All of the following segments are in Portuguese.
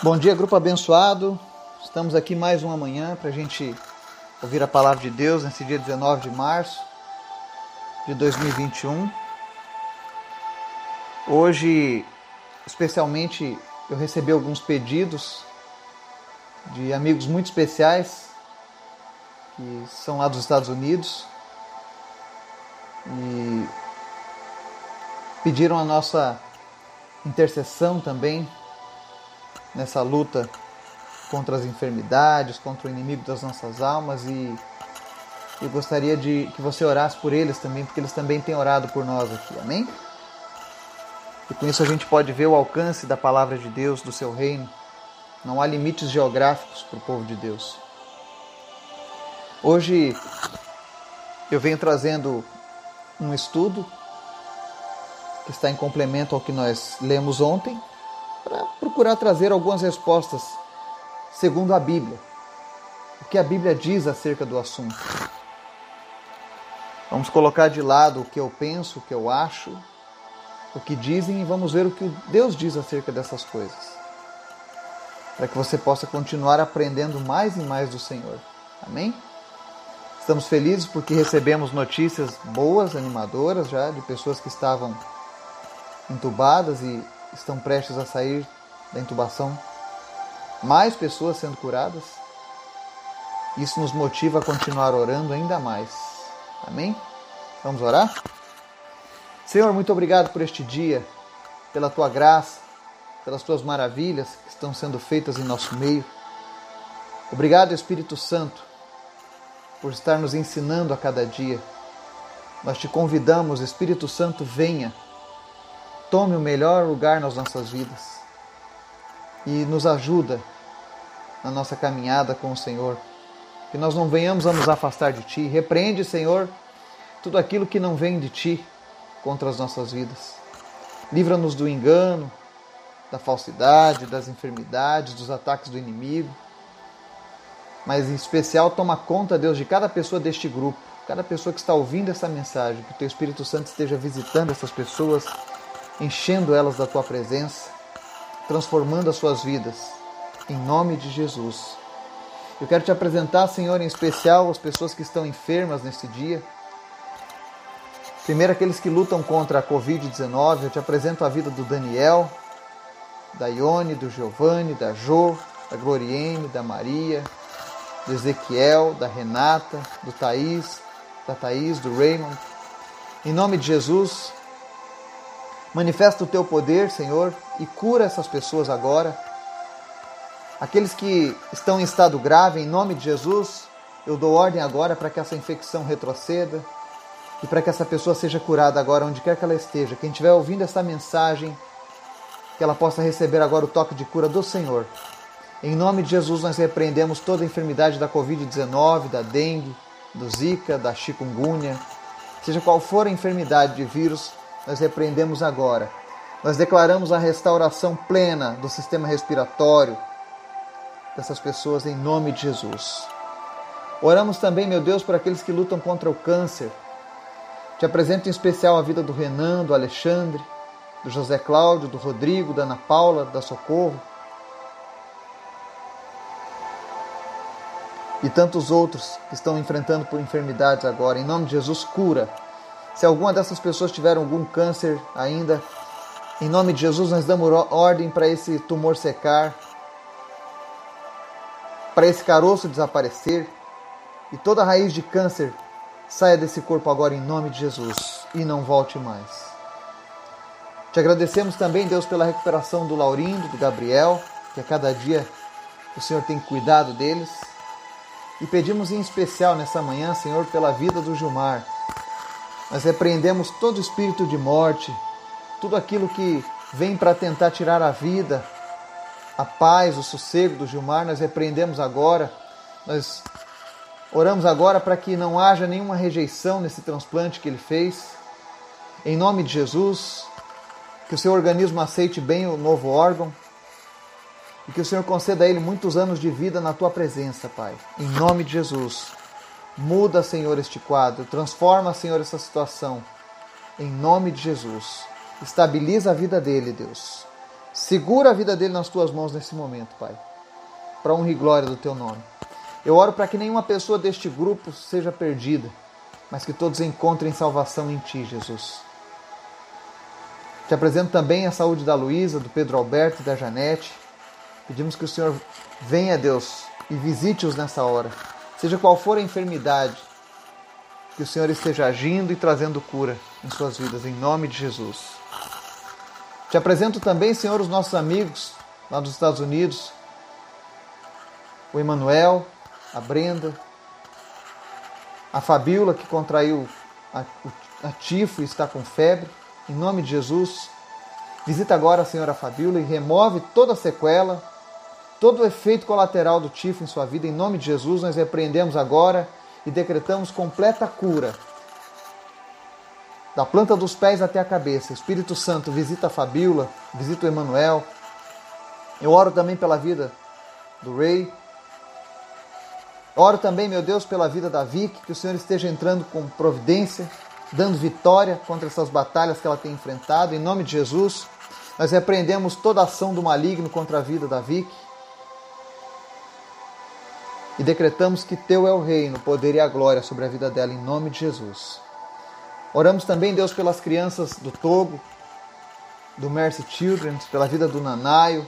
Bom dia, grupo abençoado. Estamos aqui mais uma manhã para a gente ouvir a palavra de Deus nesse dia 19 de março de 2021. Hoje, especialmente, eu recebi alguns pedidos de amigos muito especiais que são lá dos Estados Unidos e pediram a nossa intercessão também nessa luta contra as enfermidades, contra o inimigo das nossas almas, e eu gostaria que você orasse por eles também, porque eles também têm orado por nós aqui, amém? E com isso a gente pode ver o alcance da palavra de Deus, do seu reino. Não há limites geográficos para o povo de Deus. Hoje eu venho trazendo um estudo que está em complemento ao que nós lemos ontem, para procurar trazer algumas respostas segundo a Bíblia. O que a Bíblia diz acerca do assunto. Vamos colocar de lado o que eu penso, o que eu acho, o que dizem, e vamos ver o que Deus diz acerca dessas coisas. Para que você possa continuar aprendendo mais e mais do Senhor. Amém? Estamos felizes porque recebemos notícias boas, animadoras já, de pessoas que estavam entubadas e estão prestes a sair da intubação. Mais pessoas sendo curadas. Isso nos motiva a continuar orando ainda mais. Amém? Vamos orar? Senhor, muito obrigado por este dia, pela Tua graça, pelas Tuas maravilhas que estão sendo feitas em nosso meio. Obrigado, Espírito Santo, por estar nos ensinando a cada dia. Nós te convidamos, Espírito Santo, venha. Tome o melhor lugar nas nossas vidas e nos ajuda na nossa caminhada com o Senhor. Que nós não venhamos a nos afastar de Ti. Repreende, Senhor, tudo aquilo que não vem de Ti contra as nossas vidas. Livra-nos do engano, da falsidade, das enfermidades, dos ataques do inimigo. Mas em especial toma conta, Deus, de cada pessoa deste grupo, cada pessoa que está ouvindo essa mensagem, que o Teu Espírito Santo esteja visitando essas pessoas, enchendo elas da Tua presença, transformando as suas vidas, em nome de Jesus. Eu quero te apresentar, Senhor, em especial as pessoas que estão enfermas nesse dia. Primeiro, aqueles que lutam contra a Covid-19. Eu te apresento a vida do Daniel, da Ione, do Giovanni, da Jo, da Gloriene, da Maria, do Ezequiel, da Renata, do Thaís, da Thaís, do Raymond. Em nome de Jesus, manifesta o Teu poder, Senhor, e cura essas pessoas agora. Aqueles que estão em estado grave, em nome de Jesus, eu dou ordem agora para que essa infecção retroceda e para que essa pessoa seja curada agora, onde quer que ela esteja. Quem estiver ouvindo essa mensagem, que ela possa receber agora o toque de cura do Senhor. Em nome de Jesus, nós repreendemos toda a enfermidade da Covid-19, da dengue, do Zika, da chikungunya, seja qual for a enfermidade de vírus, nós repreendemos agora. Nós declaramos a restauração plena do sistema respiratório dessas pessoas em nome de Jesus. Oramos também, meu Deus, por aqueles que lutam contra o câncer. Te apresento em especial a vida do Renan, do Alexandre, do José Cláudio, do Rodrigo, da Ana Paula, da Socorro e tantos outros que estão enfrentando por enfermidades agora. Em nome de Jesus, cura. Se alguma dessas pessoas tiver algum câncer ainda, em nome de Jesus nós damos ordem para esse tumor secar, para esse caroço desaparecer, e toda raiz de câncer saia desse corpo agora em nome de Jesus e não volte mais. Te agradecemos também, Deus, pela recuperação do Laurindo, do Gabriel, que a cada dia o Senhor tem cuidado deles, e pedimos em especial nessa manhã, Senhor, pela vida do Gilmar. Nós repreendemos todo espírito de morte, tudo aquilo que vem para tentar tirar a vida, a paz, o sossego do Gilmar, nós repreendemos agora. Nós oramos agora para que não haja nenhuma rejeição nesse transplante que ele fez. Em nome de Jesus, que o seu organismo aceite bem o novo órgão e que o Senhor conceda a ele muitos anos de vida na Tua presença, Pai. Em nome de Jesus. Muda, Senhor, este quadro. Transforma, Senhor, essa situação. Em nome de Jesus. Estabiliza a vida dele, Deus. Segura a vida dele nas tuas mãos nesse momento, Pai, para honra e glória do teu nome. Eu oro para que nenhuma pessoa deste grupo seja perdida, mas que todos encontrem salvação em Ti, Jesus. Te apresento também a saúde da Luísa, do Pedro Alberto e da Janete. Pedimos que o Senhor venha, Deus, e visite-os nessa hora. Seja qual for a enfermidade, que o Senhor esteja agindo e trazendo cura em suas vidas, em nome de Jesus. Te apresento também, Senhor, os nossos amigos lá dos Estados Unidos, o Emanuel, a Brenda, a Fabíola, que contraiu a tifo e está com febre. Em nome de Jesus, visita agora a senhora Fabíola e remove toda a sequela, todo o efeito colateral do tifo em sua vida. Em nome de Jesus, nós repreendemos agora e decretamos completa cura, da planta dos pés até a cabeça. Espírito Santo, visita a Fabíola, visita o Emanuel. Eu oro também pela vida do Ray. Oro também, meu Deus, pela vida da Vicky, que o Senhor esteja entrando com providência, dando vitória contra essas batalhas que ela tem enfrentado. Em nome de Jesus, nós repreendemos toda ação do maligno contra a vida da Vicky e decretamos que Teu é o reino, o poder e a glória sobre a vida dela, em nome de Jesus. Oramos também, Deus, pelas crianças do Togo, do Mercy Children, pela vida do Nanaio,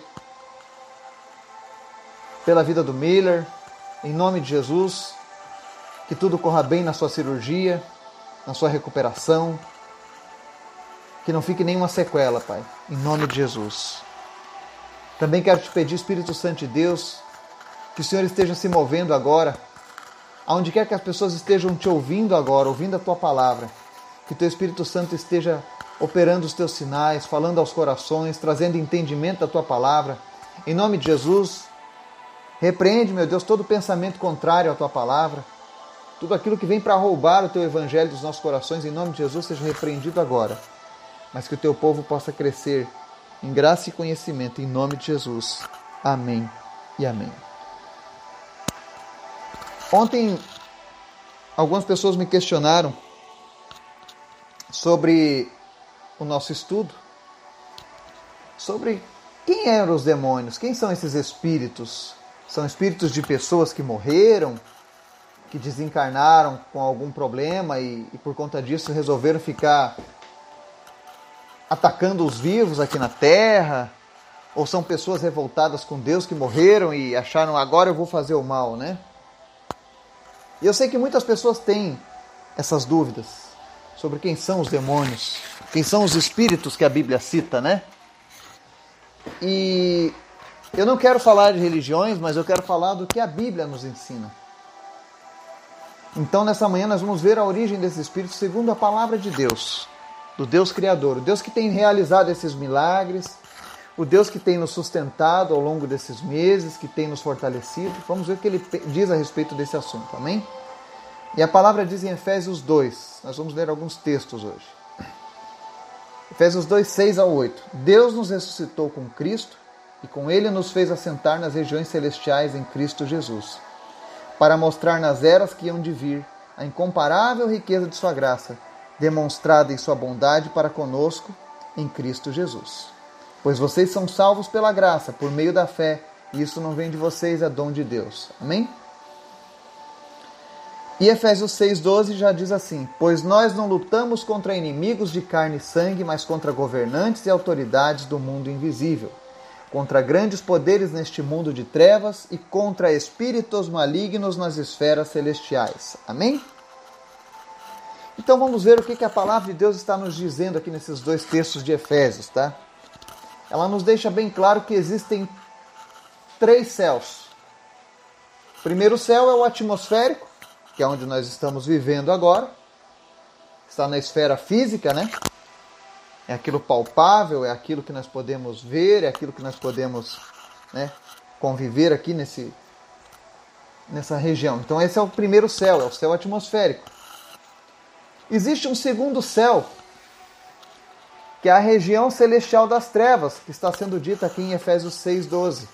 pela vida do Miller. Em nome de Jesus, que tudo corra bem na sua cirurgia, na sua recuperação, que não fique nenhuma sequela, Pai, em nome de Jesus. Também quero te pedir, Espírito Santo de Deus, que o Senhor esteja se movendo agora, aonde quer que as pessoas estejam te ouvindo agora, ouvindo a Tua palavra, que o Teu Espírito Santo esteja operando os Teus sinais, falando aos corações, trazendo entendimento da Tua palavra. Em nome de Jesus, repreende, meu Deus, todo pensamento contrário à Tua palavra, tudo aquilo que vem para roubar o Teu Evangelho dos nossos corações, em nome de Jesus, seja repreendido agora, mas que o Teu povo possa crescer em graça e conhecimento, em nome de Jesus. Amém e amém. Ontem, algumas pessoas me questionaram sobre o nosso estudo, sobre quem eram os demônios, quem são esses espíritos. São espíritos de pessoas que morreram, que desencarnaram com algum problema e por conta disso resolveram ficar atacando os vivos aqui na Terra? Ou são pessoas revoltadas com Deus que morreram e acharam, agora eu vou fazer o mal, né? E eu sei que muitas pessoas têm essas dúvidas sobre quem são os demônios, quem são os espíritos que a Bíblia cita, né? E eu não quero falar de religiões, mas eu quero falar do que a Bíblia nos ensina. Então, nessa manhã, nós vamos ver a origem desses espíritos segundo a palavra de Deus, do Deus Criador, o Deus que tem realizado esses milagres, o Deus que tem nos sustentado ao longo desses meses, que tem nos fortalecido. Vamos ver o que ele diz a respeito desse assunto, amém? E a palavra diz em Efésios 2, nós vamos ler alguns textos hoje. Efésios 2, 6 a 8. Deus nos ressuscitou com Cristo e com Ele nos fez assentar nas regiões celestiais em Cristo Jesus, para mostrar nas eras que hão de vir a incomparável riqueza de sua graça, demonstrada em sua bondade para conosco em Cristo Jesus. Pois vocês são salvos pela graça, por meio da fé, e isso não vem de vocês, é dom de Deus. Amém? E Efésios 6,12 já diz assim: pois nós não lutamos contra inimigos de carne e sangue, mas contra governantes e autoridades do mundo invisível, contra grandes poderes neste mundo de trevas e contra espíritos malignos nas esferas celestiais. Amém? Então vamos ver o que a palavra de Deus está nos dizendo aqui nesses dois textos de Efésios, tá? Ela nos deixa bem claro que existem 3 céus. O primeiro céu é o atmosférico, que é onde nós estamos vivendo agora. Está na esfera física, né? É aquilo palpável, é aquilo que nós podemos ver, é aquilo que nós podemos, né, conviver aqui nessa região. Então esse é o primeiro céu, é o céu atmosférico. Existe um segundo céu, que é a região celestial das trevas, que está sendo dita aqui em Efésios 6,12.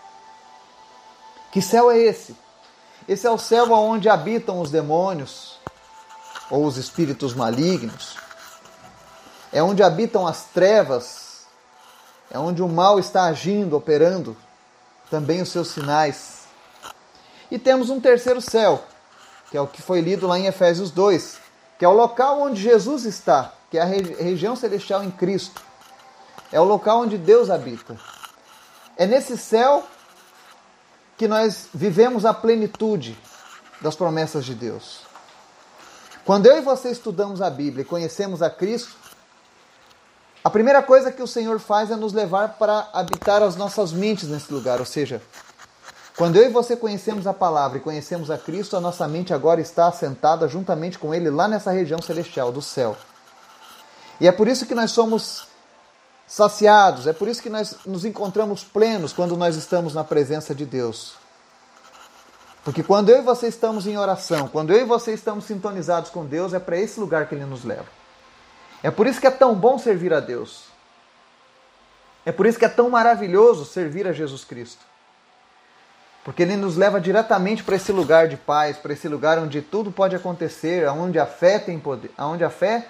Que céu é esse? Esse é o céu onde habitam os demônios, ou os espíritos malignos. É onde habitam as trevas, É onde o mal está agindo, operando também os seus sinais. E temos um terceiro céu, que é o que foi lido lá em Efésios 2, que é o local onde Jesus está, que é a região celestial em Cristo. É o local onde Deus habita. É nesse céu que nós vivemos a plenitude das promessas de Deus. Quando eu e você estudamos a Bíblia e conhecemos a Cristo, a primeira coisa que o Senhor faz é nos levar para habitar as nossas mentes nesse lugar. Ou seja, quando eu e você conhecemos a palavra e conhecemos a Cristo, a nossa mente agora está assentada juntamente com Ele lá nessa região celestial do céu. E é por isso que nós somos saciados, é por isso que nós nos encontramos plenos quando nós estamos na presença de Deus. Porque quando eu e você estamos em oração, quando eu e você estamos sintonizados com Deus, é para esse lugar que Ele nos leva. É por isso que é tão bom servir a Deus. É por isso que é tão maravilhoso servir a Jesus Cristo. Porque Ele nos leva diretamente para esse lugar de paz, para esse lugar onde tudo pode acontecer, onde a fé tem poder, onde a fé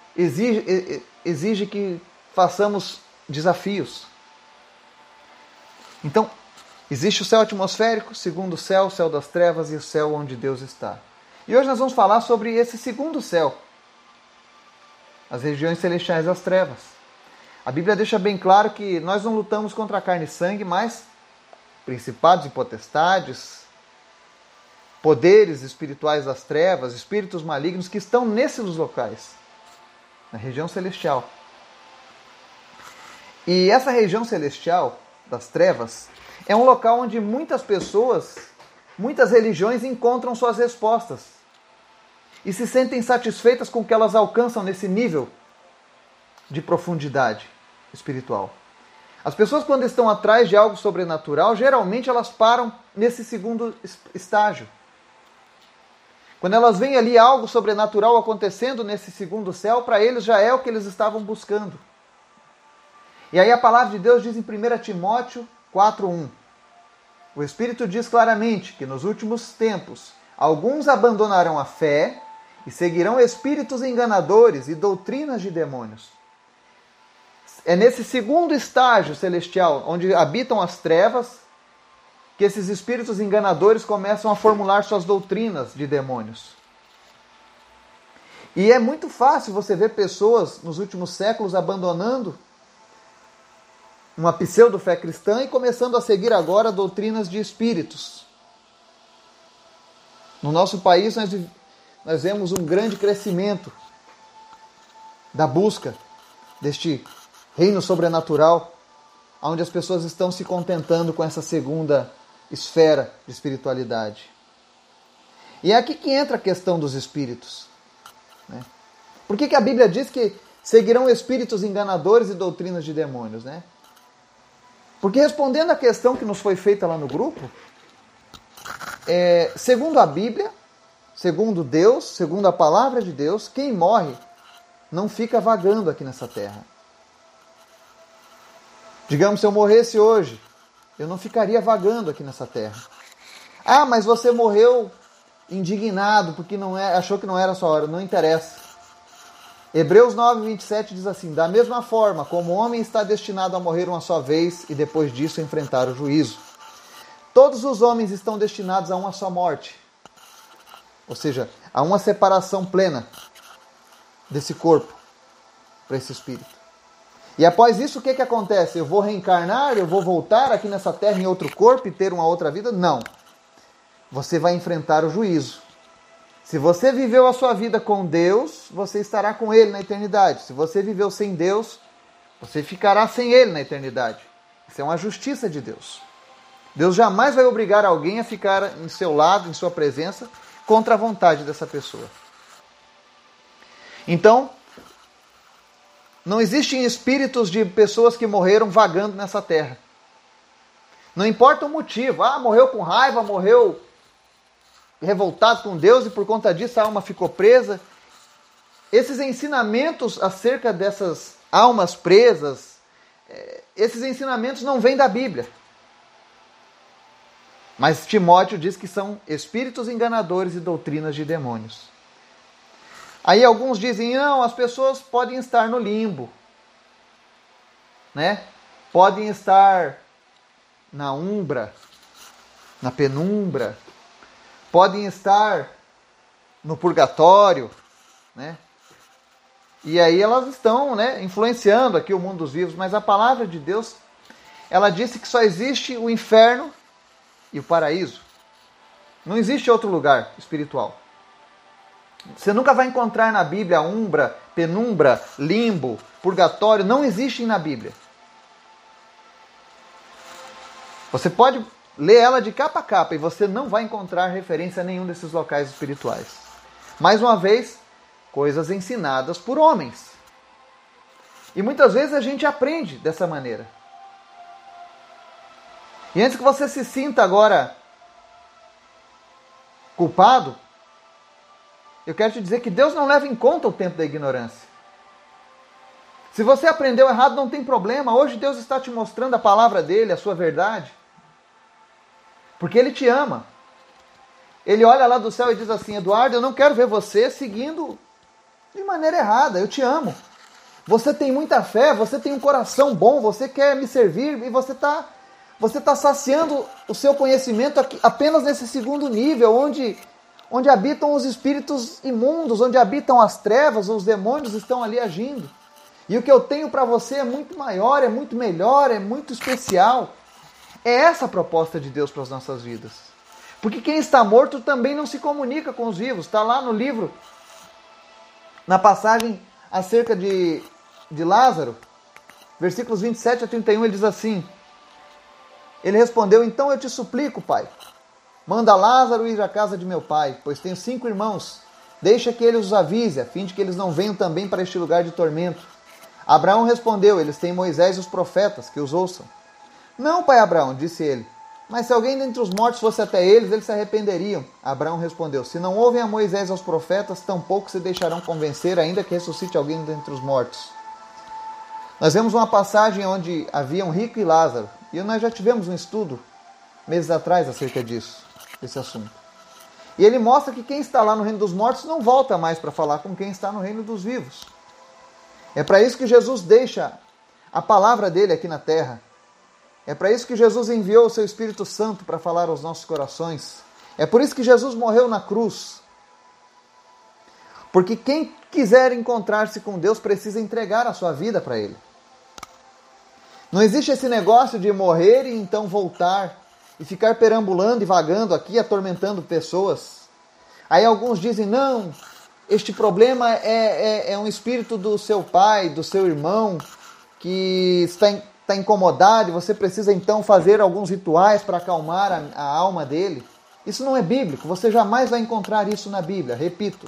exige que façamos desafios. Então, existe o céu atmosférico, segundo céu, o céu das trevas e o céu onde Deus está. E hoje nós vamos falar sobre esse segundo céu, as regiões celestiais das trevas. A Bíblia deixa bem claro que nós não lutamos contra carne e sangue, mas principados e potestades, poderes espirituais das trevas, espíritos malignos que estão nesses locais, na região celestial. E essa região celestial das trevas é um local onde muitas pessoas, muitas religiões encontram suas respostas e se sentem satisfeitas com o que elas alcançam nesse nível de profundidade espiritual. As pessoas, quando estão atrás de algo sobrenatural, geralmente elas param nesse segundo estágio. Quando elas veem ali algo sobrenatural acontecendo nesse segundo céu, para eles já é o que eles estavam buscando. E aí a palavra de Deus diz em 1 Timóteo 4:1. O Espírito diz claramente que nos últimos tempos alguns abandonarão a fé e seguirão espíritos enganadores e doutrinas de demônios. É nesse segundo estágio celestial, onde habitam as trevas, que esses espíritos enganadores começam a formular suas doutrinas de demônios. E é muito fácil você ver pessoas nos últimos séculos abandonando uma pseudo-fé cristã e começando a seguir agora doutrinas de espíritos. No nosso país nós vemos um grande crescimento da busca deste reino sobrenatural, onde as pessoas estão se contentando com essa segunda esfera de espiritualidade. E é aqui que entra a questão dos espíritos. Né? Por que a Bíblia diz que seguirão espíritos enganadores e doutrinas de demônios? Né? Porque respondendo à questão que nos foi feita lá no grupo, segundo a Bíblia, segundo Deus, segundo a palavra de Deus, quem morre não fica vagando aqui nessa terra. Digamos, se eu morresse hoje, eu não ficaria vagando aqui nessa terra. Ah, mas você morreu indignado porque achou que não era a sua hora. Não interessa. Hebreus 9:27 diz assim: da mesma forma como o homem está destinado a morrer uma só vez e depois disso enfrentar o juízo, todos os homens estão destinados a uma só morte. Ou seja, a uma separação plena desse corpo para esse espírito. E após isso, o que acontece? Eu vou reencarnar? Eu vou voltar aqui nessa terra em outro corpo e ter uma outra vida? Não. Você vai enfrentar o juízo. Se você viveu a sua vida com Deus, você estará com Ele na eternidade. Se você viveu sem Deus, você ficará sem Ele na eternidade. Isso é uma justiça de Deus. Deus jamais vai obrigar alguém a ficar em seu lado, em sua presença, contra a vontade dessa pessoa. Então, não existem espíritos de pessoas que morreram vagando nessa terra. Não importa o motivo. Ah, morreu com raiva, morreu revoltado com Deus e por conta disso a alma ficou presa. Esses ensinamentos acerca dessas almas presas, esses ensinamentos não vêm da Bíblia. Mas Timóteo diz que são espíritos enganadores e doutrinas de demônios. Aí alguns dizem, não, as pessoas podem estar no limbo, né? podem estar na umbra, na penumbra, podem estar no purgatório, né? E aí elas estão, né, influenciando aqui o mundo dos vivos, mas a palavra de Deus, ela disse que só existe o inferno e o paraíso. Não existe outro lugar espiritual. Você nunca vai encontrar na Bíblia umbra, penumbra, limbo, purgatório, não existem na Bíblia. Você pode ler ela de capa a capa e você não vai encontrar referência a nenhum desses locais espirituais. Mais uma vez, coisas ensinadas por homens. E muitas vezes a gente aprende dessa maneira. E antes que você se sinta agora culpado, eu quero te dizer que Deus não leva em conta o tempo da ignorância. Se você aprendeu errado, não tem problema. Hoje Deus está te mostrando a palavra dele, a sua verdade. Porque Ele te ama. Ele olha lá do céu e diz assim: Eduardo, eu não quero ver você seguindo de maneira errada. Eu te amo. Você tem muita fé, você tem um coração bom, você quer me servir e você está saciando o seu conhecimento aqui, apenas nesse segundo nível, onde habitam os espíritos imundos, onde habitam as trevas, os demônios estão ali agindo. E o que eu tenho para você é muito maior, é muito melhor, é muito especial. É essa a proposta de Deus para as nossas vidas. Porque quem está morto também não se comunica com os vivos. Está lá no livro, na passagem acerca de Lázaro, versículos 27 a 31, ele diz assim: ele respondeu: então eu te suplico, pai, manda Lázaro ir à casa de meu pai, pois tenho 5 irmãos. Deixa que ele os avise, a fim de que eles não venham também para este lugar de tormento. Abraão respondeu: eles têm Moisés e os profetas, que os ouçam. Não, pai Abraão, disse ele, mas se alguém dentre os mortos fosse até eles se arrependeriam. Abraão respondeu: se não ouvem a Moisés e aos profetas, tampouco se deixarão convencer, ainda que ressuscite alguém dentre os mortos. Nós vemos uma passagem onde havia um rico e Lázaro, e nós já tivemos um estudo meses atrás acerca disso, desse assunto. E ele mostra que quem está lá no reino dos mortos não volta mais para falar com quem está no reino dos vivos. É para isso que Jesus deixa a palavra dele aqui na terra. É para isso que Jesus enviou o seu Espírito Santo para falar aos nossos corações. É por isso que Jesus morreu na cruz. Porque quem quiser encontrar-se com Deus precisa entregar a sua vida para Ele. Não existe esse negócio de morrer e então voltar e ficar perambulando e vagando aqui, atormentando pessoas. Aí alguns dizem: não, este problema é um espírito do seu pai, do seu irmão, que está incomodado e você precisa então fazer alguns rituais para acalmar a alma dele. Isso não é bíblico, você jamais vai encontrar isso na Bíblia, repito.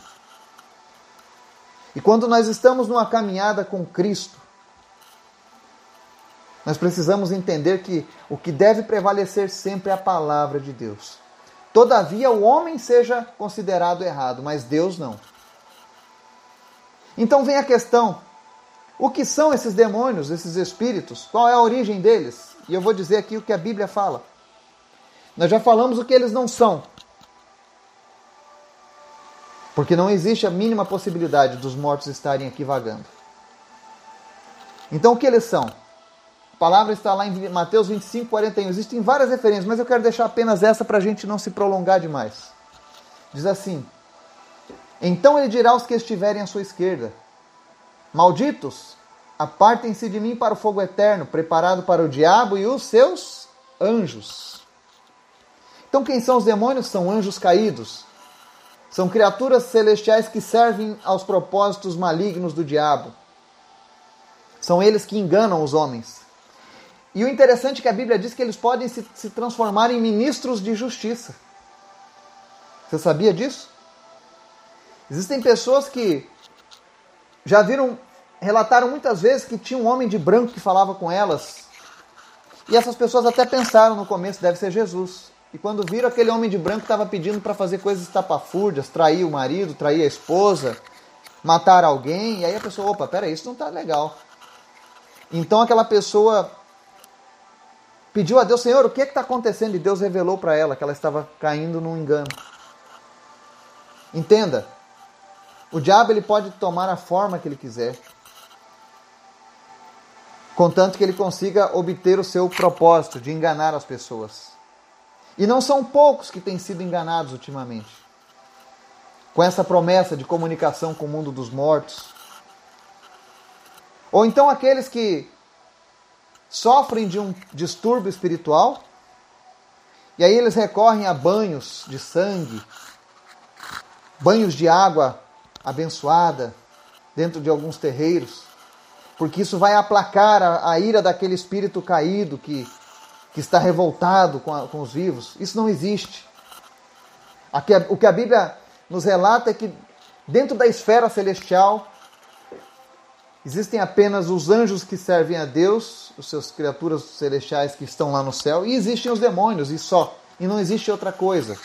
E quando nós estamos numa caminhada com Cristo, nós precisamos entender que o que deve prevalecer sempre é a palavra de Deus. Todavia o homem seja considerado errado, mas Deus não. Então vem a questão: o que são esses demônios, esses espíritos? Qual é a origem deles? E eu vou dizer aqui o que a Bíblia fala. Nós já falamos o que eles não são. Porque não existe a mínima possibilidade dos mortos estarem aqui vagando. Então o que eles são? A palavra está lá em Mateus 25, 41. Existem várias referências, mas eu quero deixar apenas essa para a gente não se prolongar demais. Diz assim: então ele dirá aos que estiverem à sua esquerda: malditos, apartem-se de mim para o fogo eterno, preparado para o diabo e os seus anjos. Então quem são os demônios? São anjos caídos. São criaturas celestiais que servem aos propósitos malignos do diabo. São eles que enganam os homens. E o interessante é que a Bíblia diz que eles podem se transformar em ministros de justiça. Você sabia disso? Existem pessoas que já relataram muitas vezes que tinha um homem de branco que falava com elas. E essas pessoas até pensaram no começo: deve ser Jesus. E quando viram, aquele homem de branco estava pedindo para fazer coisas estapafúrdias, trair o marido, trair a esposa, matar alguém. E aí a pessoa: opa, peraí, isso não está legal. Então aquela pessoa pediu a Deus: Senhor, o que está acontecendo? E Deus revelou para ela que ela estava caindo num engano. Entenda, o diabo ele pode tomar a forma que ele quiser. contanto que ele consiga obter o seu propósito de enganar as pessoas. E não são poucos que têm sido enganados ultimamente, com essa promessa de comunicação com o mundo dos mortos. Ou então aqueles que sofrem de um distúrbio espiritual, e aí eles recorrem a banhos de sangue, banhos de água abençoada dentro de alguns terreiros, porque isso vai aplacar a ira daquele espírito caído que está revoltado com os vivos. Isso não existe. O que a Bíblia nos relata é que dentro da esfera celestial existem apenas os anjos que servem a Deus, os seus criaturas celestiais que estão lá no céu, e existem os demônios, e só. E não existe outra coisa.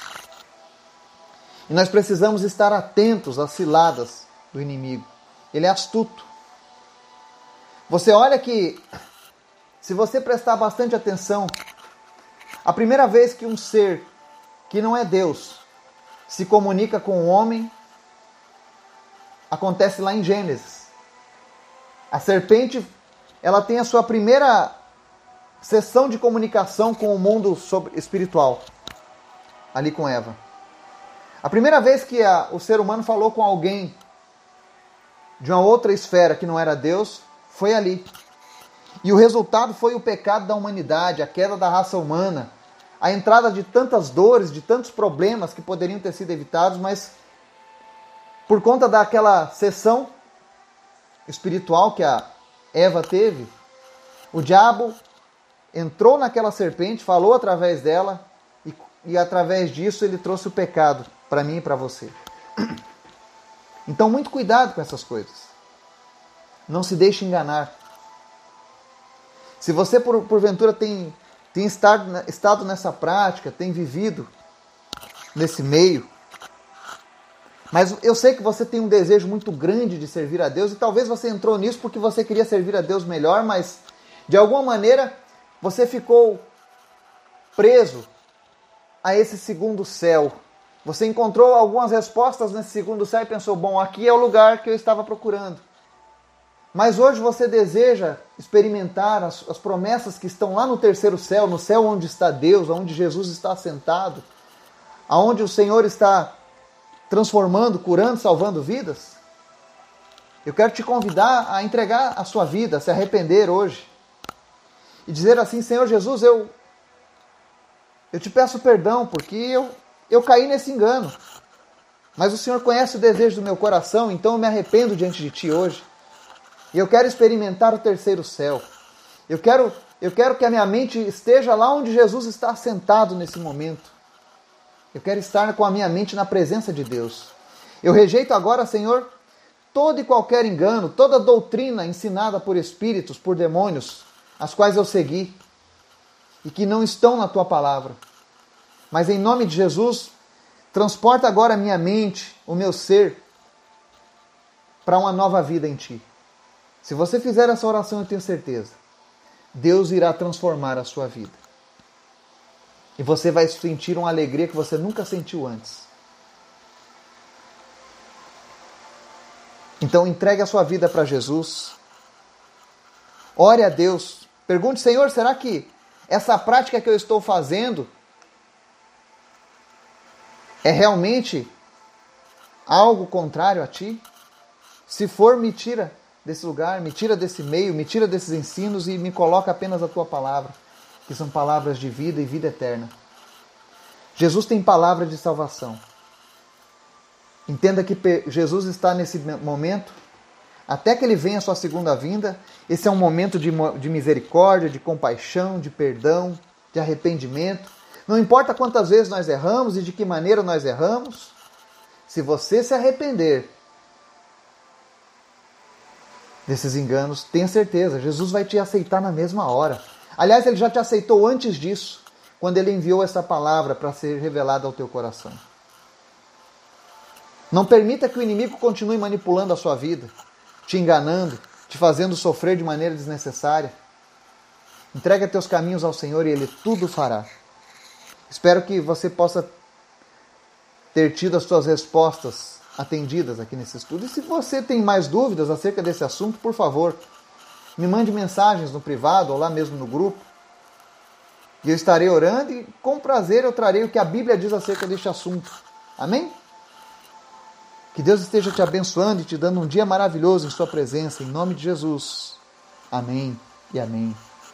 E nós precisamos estar atentos às ciladas do inimigo. Ele é astuto. Você olha que, se você prestar bastante atenção, a primeira vez que um ser que não é Deus se comunica com o homem, acontece lá em Gênesis. A serpente, ela tem a sua primeira sessão de comunicação com o mundo espiritual, ali com Eva. A primeira vez que o ser humano falou com alguém de uma outra esfera que não era Deus, foi ali. E o resultado foi o pecado da humanidade, a queda da raça humana, a entrada de tantas dores, de tantos problemas que poderiam ter sido evitados, mas por conta daquela sessão espiritual que a Eva teve, o diabo entrou naquela serpente, falou através dela, e através disso ele trouxe o pecado para mim e para você. Então, muito cuidado com essas coisas. Não se deixe enganar. Se você, porventura, tem estado nessa prática, tem vivido nesse meio, mas eu sei que você tem um desejo muito grande de servir a Deus, e talvez você entrou nisso porque você queria servir a Deus melhor, mas de alguma maneira você ficou preso a esse segundo céu. Você encontrou algumas respostas nesse segundo céu e pensou, bom, aqui é o lugar que eu estava procurando. Mas hoje você deseja experimentar as promessas que estão lá no terceiro céu, no céu onde está Deus, onde Jesus está assentado, aonde o Senhor está transformando, curando, salvando vidas. Eu quero te convidar a entregar a sua vida, a se arrepender hoje e dizer assim, Senhor Jesus, eu te peço perdão porque eu caí nesse engano, mas o Senhor conhece o desejo do meu coração, então eu me arrependo diante de Ti hoje. E eu quero experimentar o terceiro céu. Eu quero que a minha mente esteja lá onde Jesus está sentado nesse momento. Eu quero estar com a minha mente na presença de Deus. Eu rejeito agora, Senhor, todo e qualquer engano, toda doutrina ensinada por espíritos, por demônios, as quais eu segui e que não estão na Tua palavra. Mas em nome de Jesus, transporta agora a minha mente, o meu ser, para uma nova vida em Ti. Se você fizer essa oração, eu tenho certeza, Deus irá transformar a sua vida. E você vai sentir uma alegria que você nunca sentiu antes. Então entregue a sua vida para Jesus. Ore a Deus. Pergunte, Senhor, será que essa prática que eu estou fazendo é realmente algo contrário a Ti? Se for, me tira desse lugar, me tira desse meio, me tira desses ensinos e me coloca apenas a Tua palavra, que são palavras de vida e vida eterna. Jesus tem palavra de salvação. Entenda que Jesus está nesse momento, até que Ele venha a sua segunda vinda. Esse é um momento de misericórdia, de compaixão, de perdão, de arrependimento. Não importa quantas vezes nós erramos e de que maneira nós erramos, se você se arrepender desses enganos, tenha certeza, Jesus vai te aceitar na mesma hora. Aliás, Ele já te aceitou antes disso, quando Ele enviou essa palavra para ser revelada ao teu coração. Não permita que o inimigo continue manipulando a sua vida, te enganando, te fazendo sofrer de maneira desnecessária. Entrega teus caminhos ao Senhor e Ele tudo fará. Espero que você possa ter tido as suas respostas atendidas aqui nesse estudo. E se você tem mais dúvidas acerca desse assunto, por favor, Me mande mensagens no privado ou lá mesmo no grupo. E eu estarei orando e com prazer eu trarei o que a Bíblia diz acerca deste assunto. Amém? Que Deus esteja te abençoando e te dando um dia maravilhoso em sua presença, em nome de Jesus. Amém e amém.